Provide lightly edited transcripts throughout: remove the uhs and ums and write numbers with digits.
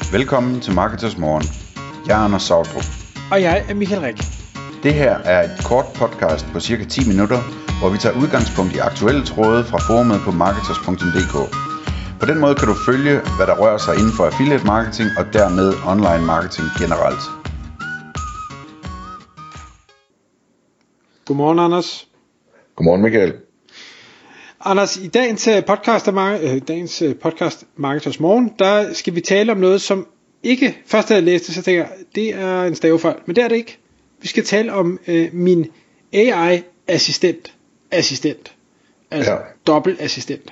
Velkommen til Marketers Morgen. Jeg er Anders Sautrup. Og jeg er Michael Rik. Det her er et kort podcast på cirka 10 minutter, hvor vi tager udgangspunkt i aktuelle tråde fra forumet på marketers.dk. På den måde kan du følge, hvad der rører sig inden for affiliate marketing og dermed online marketing generelt. Godmorgen, Anders. Godmorgen, Michael. Anders, i dagens podcast Marketers Morgen, der skal vi tale om noget, som ikke først da jeg læste, så tænker jeg, det er en stavefejl, men det er det ikke. Vi skal tale om min AI-assistent, altså dobbeltassistent.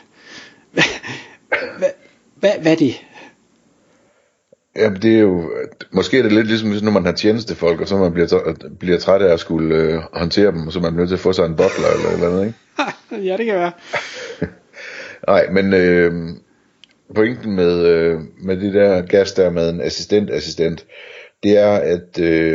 Hvad er det? Ja, det er jo, måske er det lidt ligesom når man har tjenestefolk, og så man bliver træt af at skulle håndtere dem, og så man er nødt til at få sig en butler eller noget, ikke? Ja, det kan være. Nej, men pointen med det der gas der med en assistent, det er, at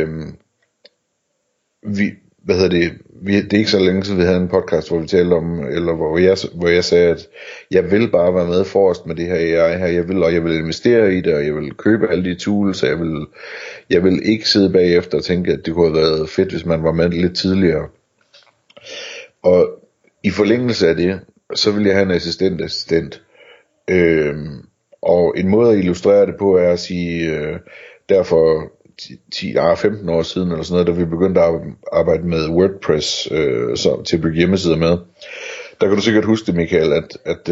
det er ikke så længe siden vi havde en podcast, hvor vi talte om, eller hvor jeg sagde, at jeg vil bare være med forrest med det her AI her, jeg vil investere i det, og jeg vil købe alle de tools, og jeg vil ikke sidde bagefter og tænke, at det kunne have været fedt, hvis man var med lidt tidligere. Og i forlængelse af det, så vil jeg have en assistent. Og en måde at illustrere det på er at sige, derfor 15 år siden eller sådan noget, da vi begyndte at arbejde med WordPress til at bygge hjemmesider med. Der kan du sikkert huske det, Michael, at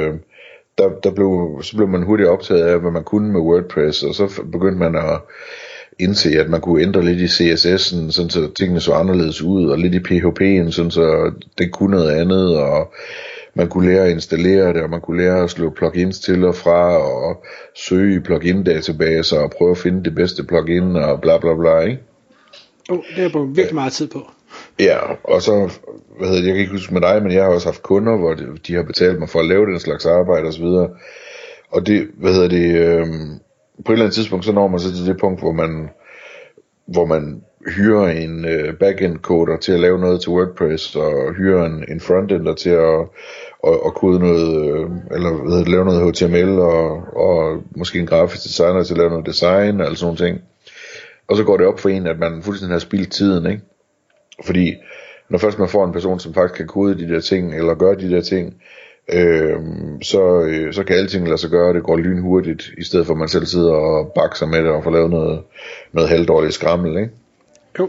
så blev man hurtigt optaget af, hvad man kunne med WordPress, og så begyndte man at indse, at man kunne ændre lidt i CSS'en, sådan så tingene så anderledes ud, og lidt i PHP'en, sådan så det kunne noget andet, og man kunne lære at installere det, og man kunne lære at slå plugins til og fra, og søge i plugin-databaser, og prøve at finde det bedste plugin, og bla bla bla, ikke? Det har jeg brugt virkelig meget tid på. Ja, og så, jeg kan ikke huske med dig, men jeg har også haft kunder, hvor de har betalt mig for at lave den slags arbejde, og så videre. Og det, på et eller andet tidspunkt, så når man så til det punkt, hvor man hyrer en backend coder til at lave noget til WordPress, og hyrer en frontender til at kode noget, eller lave noget HTML, og måske en grafisk designer til at lave noget design, og sådan nogle ting. Og så går det op for en, at man fuldstændig har spildt tiden, ikke? Fordi når først man får en person, som faktisk kan kode de der ting, eller gøre de der ting, så kan alting lade sig gøre, det går lynhurtigt, i stedet for at man selv sidder og bakser med det, og får lavet noget halvdårligt skrammel, ikke? Jo.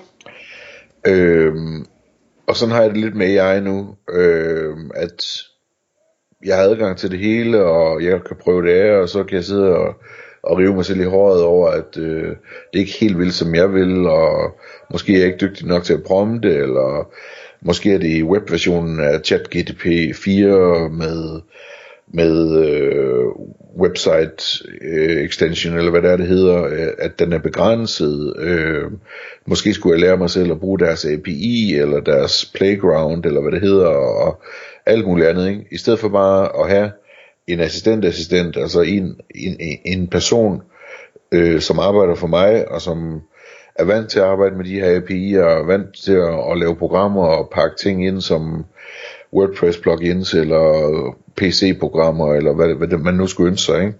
Og sådan har jeg det lidt med AI nu, at jeg har adgang til det hele, og jeg kan prøve det af, og så kan jeg sidde og rive mig selv i håret over, at det er ikke helt vildt, som jeg vil, og måske er jeg ikke dygtig nok til at prompte, eller måske er det i webversionen af ChatGPT 4 med website extension, eller hvad det hedder, at den er begrænset. Måske skulle jeg lære mig selv at bruge deres API, eller deres playground, eller hvad det hedder, og alt muligt andet, ikke? I stedet for bare at have en assistent, altså en person, som arbejder for mig, og som er vant til at arbejde med de her API'er, og er vant til at lave programmer og pakke ting ind som WordPress plugins, eller PC-programmer, eller hvad man nu skulle ønske sig, ikke?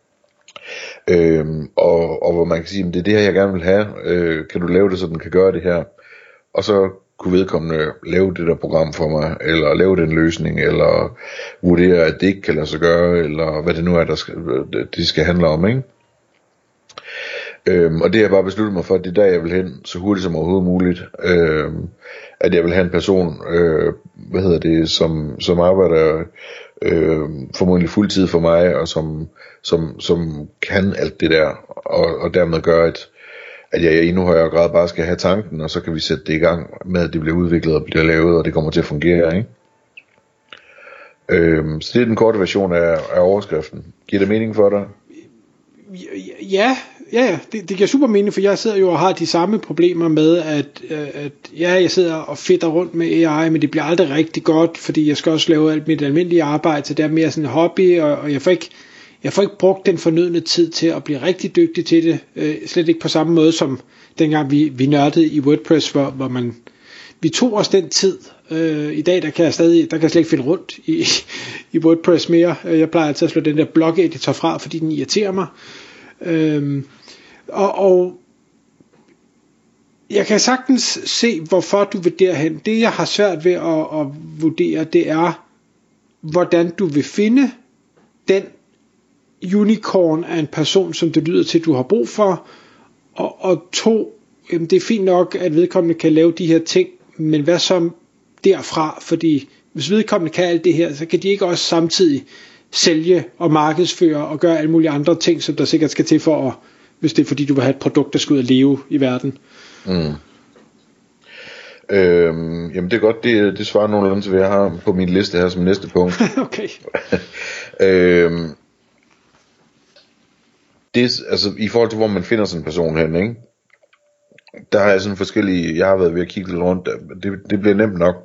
Og hvor man kan sige, det er det her, jeg gerne vil have, kan du lave det, så den kan gøre det her? Og så kunne vedkommende lave det der program for mig, eller lave den løsning, eller vurdere, at det ikke kan lade sig gøre, eller hvad det nu er, det skal handle om, ikke? Og det har jeg bare besluttet mig for, at det er der, jeg vil hen, så hurtigt som overhovedet muligt, at jeg vil have en person, som arbejder formodentlig fuldtid for mig, og som kan alt det der, og dermed gør, at jeg i endnu højere grad bare skal have tanken, og så kan vi sætte det i gang med, at det bliver udviklet og bliver lavet, og det kommer til at fungere, ikke? Så det er den korte version af overskriften. Giver det mening for dig? Ja, det giver super mening, for jeg sidder jo og har de samme problemer med, at jeg sidder og fedter rundt med AI, men det bliver aldrig rigtig godt, fordi jeg skal også lave alt mit almindelige arbejde, så det er mere sådan en hobby, og jeg får ikke brugt den fornødne tid til at blive rigtig dygtig til det, slet ikke på samme måde som dengang vi nørdede i WordPress, hvor vi tog os den tid. I dag der kan jeg slet ikke finde rundt i WordPress mere. Jeg plejer altid at slå den der blog editor fra, fordi den irriterer mig. Og jeg kan sagtens se, hvorfor du vil derhen. Det jeg har svært ved at vurdere, det er, hvordan du vil finde den unicorn af en person, som det lyder til, du har brug for. Og 2, det er fint nok, at vedkommende kan lave de her ting, men hvad så derfra? Fordi hvis vedkommende kan alt det her, så kan de ikke også samtidig sælge og markedsføre og gøre alle mulige andre ting, som der sikkert skal til for at, hvis det er fordi du vil have et produkt, der skal ud og leve i verden. Jamen det er godt, det svarer nogenlunde til, hvad jeg har på min liste her som næste punkt. Okay. Det, altså i forhold til hvor man finder sådan en person hen, ikke? Der har jeg sådan forskellige, jeg har været ved at kigge lidt rundt, det bliver nemt nok.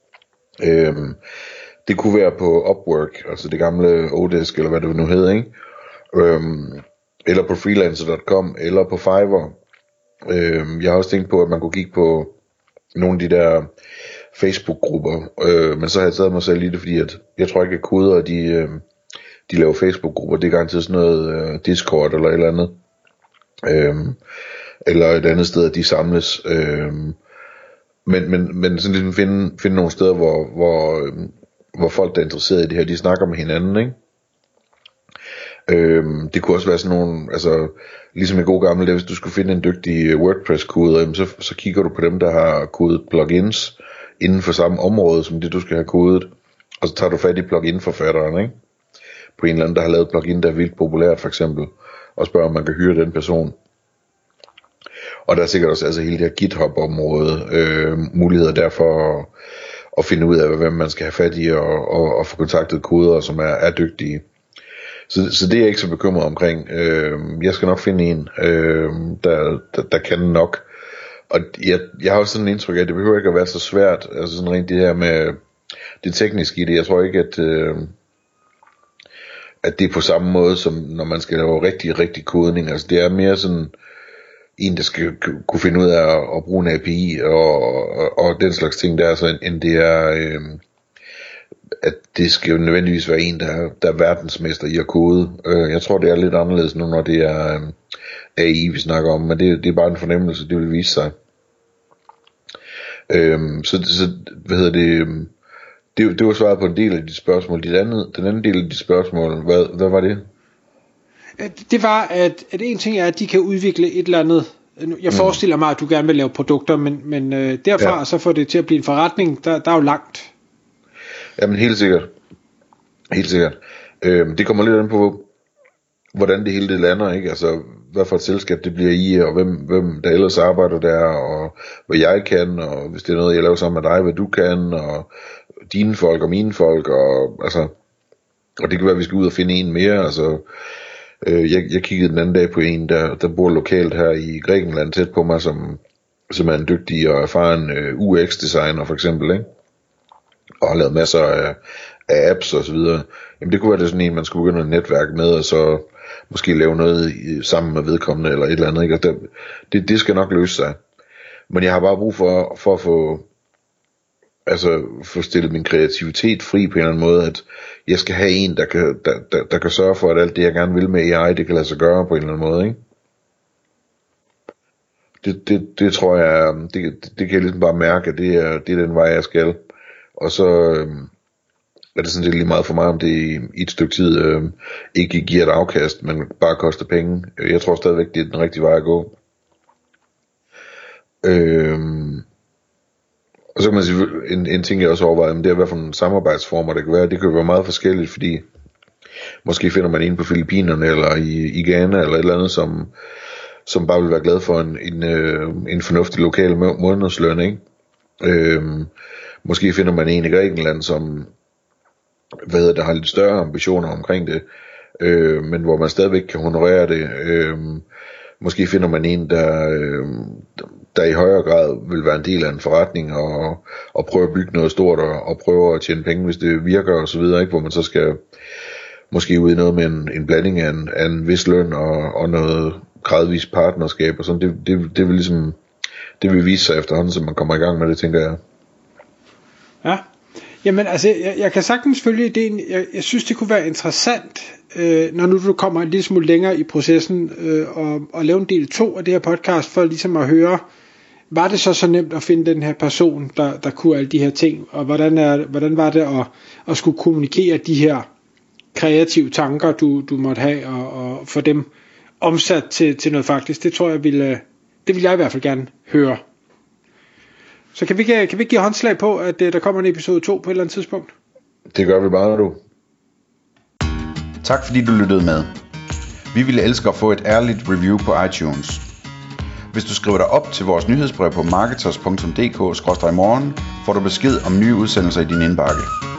Det kunne være på Upwork, altså det gamle Odesk, eller hvad det nu hedder, ikke? Eller på freelancer.com, eller på Fiverr. Jeg har også tænkt på, at man kunne kigge på nogle af de der Facebook-grupper, men så har jeg taget mig selv i det, fordi at jeg tror ikke, at kodere, de laver Facebook-grupper. Det er garanteret sådan noget Discord eller et eller andet, eller et andet sted, at de samles. Men sådan ligesom finde nogle steder, hvor folk, der er interesseret i det her, de snakker med hinanden, ikke? Det kunne også være sådan nogle, altså ligesom i god gammel, hvis du skulle finde en dygtig WordPress-koder, så kigger du på dem, der har kodet plugins inden for samme område, som det du skal have kodet, og så tager du fat i plugin-forfatteren, ikke? På en eller anden, der har lavet plugin, der er vildt populært for eksempel, og spørger, om man kan hyre den person. Og der er sikkert også altså hele det her GitHub-område, muligheder derfor at finde ud af, hvem man skal have fat i, og få kontaktet kodere, som er dygtige. Så det er jeg ikke så bekymret omkring. Jeg skal nok finde en, der kan nok. Og jeg har også sådan en indtryk af, at det behøver ikke at være så svært. Altså sådan rent det her med det tekniske i det. Jeg tror ikke, at det er på samme måde, som når man skal lave rigtig kodning. Altså det er mere sådan en, der skal kunne finde ud af at bruge en API og den slags ting der, så end det er... at det skal jo nødvendigvis være en, der er verdensmester i at kode. Jeg tror, det er lidt anderledes nu, når det er AI, vi snakker om, men det er bare en fornemmelse, det vil vise sig. Så hvad hedder det? Det var svaret på en del af de spørgsmål. Den anden del af de spørgsmål, hvad var det? Det var, at en ting er, at de kan udvikle et eller andet. Jeg forestiller mig, at du gerne vil lave produkter, men derfra så får det til at blive en forretning, der er jo langt. Jamen helt sikkert. Det kommer lidt an på, hvordan det hele det lander, ikke? Altså hvad for et selskab det bliver i, og hvem der ellers arbejder der, og hvad jeg kan, og hvis det er noget jeg laver sammen med dig, hvad du kan, og dine folk og mine folk, og det kan være at vi skal ud og finde en mere. Altså jeg kiggede den anden dag på en der bor lokalt her i Grækenland tæt på mig, som er en dygtig og erfaren UX designer for eksempel, ikke? Og har lavet masser af apps og så videre. Jamen det kunne være det sådan en, man skulle begynde at netværke med, og så måske lave noget sammen med vedkommende, eller et eller andet, ikke? Og det skal nok løse sig. Men jeg har bare brug for at få stillet min kreativitet fri på en eller anden måde, at jeg skal have en, der kan sørge for, at alt det, jeg gerne vil med AI, det kan lade sig gøre på en eller anden måde, ikke? Det tror jeg, det kan jeg ligesom bare mærke, at det er den vej, jeg skal. Og så er det sådan set lige meget for mig, om det i et stykke tid ikke giver et afkast, men bare koster penge. Jeg tror stadigvæk, det er den rigtige vej at gå. Og så kan man sige, en ting jeg også overvejer, det er hvad for nogle samarbejdsformer der kan være. Det kan jo være meget forskelligt, fordi måske finder man en på Filippinerne, eller i Ghana, eller et eller andet, som bare vil være glad for en fornuftig lokal månedsløn, ikke? Måske finder man en i Grækenland, som der har lidt større ambitioner omkring det, men hvor man stadigvæk kan honorere det. Måske finder man en, der i højere grad vil være en del af en forretning, og prøve at bygge noget stort, og prøve at tjene penge, hvis det virker og så videre, ikke? Hvor man så skal måske ud i noget med en blanding af en vis løn og noget gradvis partnerskab og sådan. Det vil ligesom, det vil vise sig efterhånden, så man kommer i gang med det, tænker jeg. Ja, Jamen altså, jeg kan sagtens følge ideen. Jeg synes, det kunne være interessant, når nu du kommer en lille smule længere i processen, og lave en del 2 af det her podcast, for ligesom at høre, var det så nemt at finde den her person, der kunne alle de her ting, og hvordan var det at skulle kommunikere de her kreative tanker, du måtte have, og få dem omsat til noget faktisk. Det tror jeg det vil jeg i hvert fald gerne høre. Så kan vi ikke give håndslag på, at der kommer en episode 2 på et eller andet tidspunkt? Det gør vi bare, du. Tak fordi du lyttede med. Vi ville elske at få et ærligt review på iTunes. Hvis du skriver dig op til vores nyhedsbrev på marketers.dk/morgen, får du besked om nye udsendelser i din indbakke.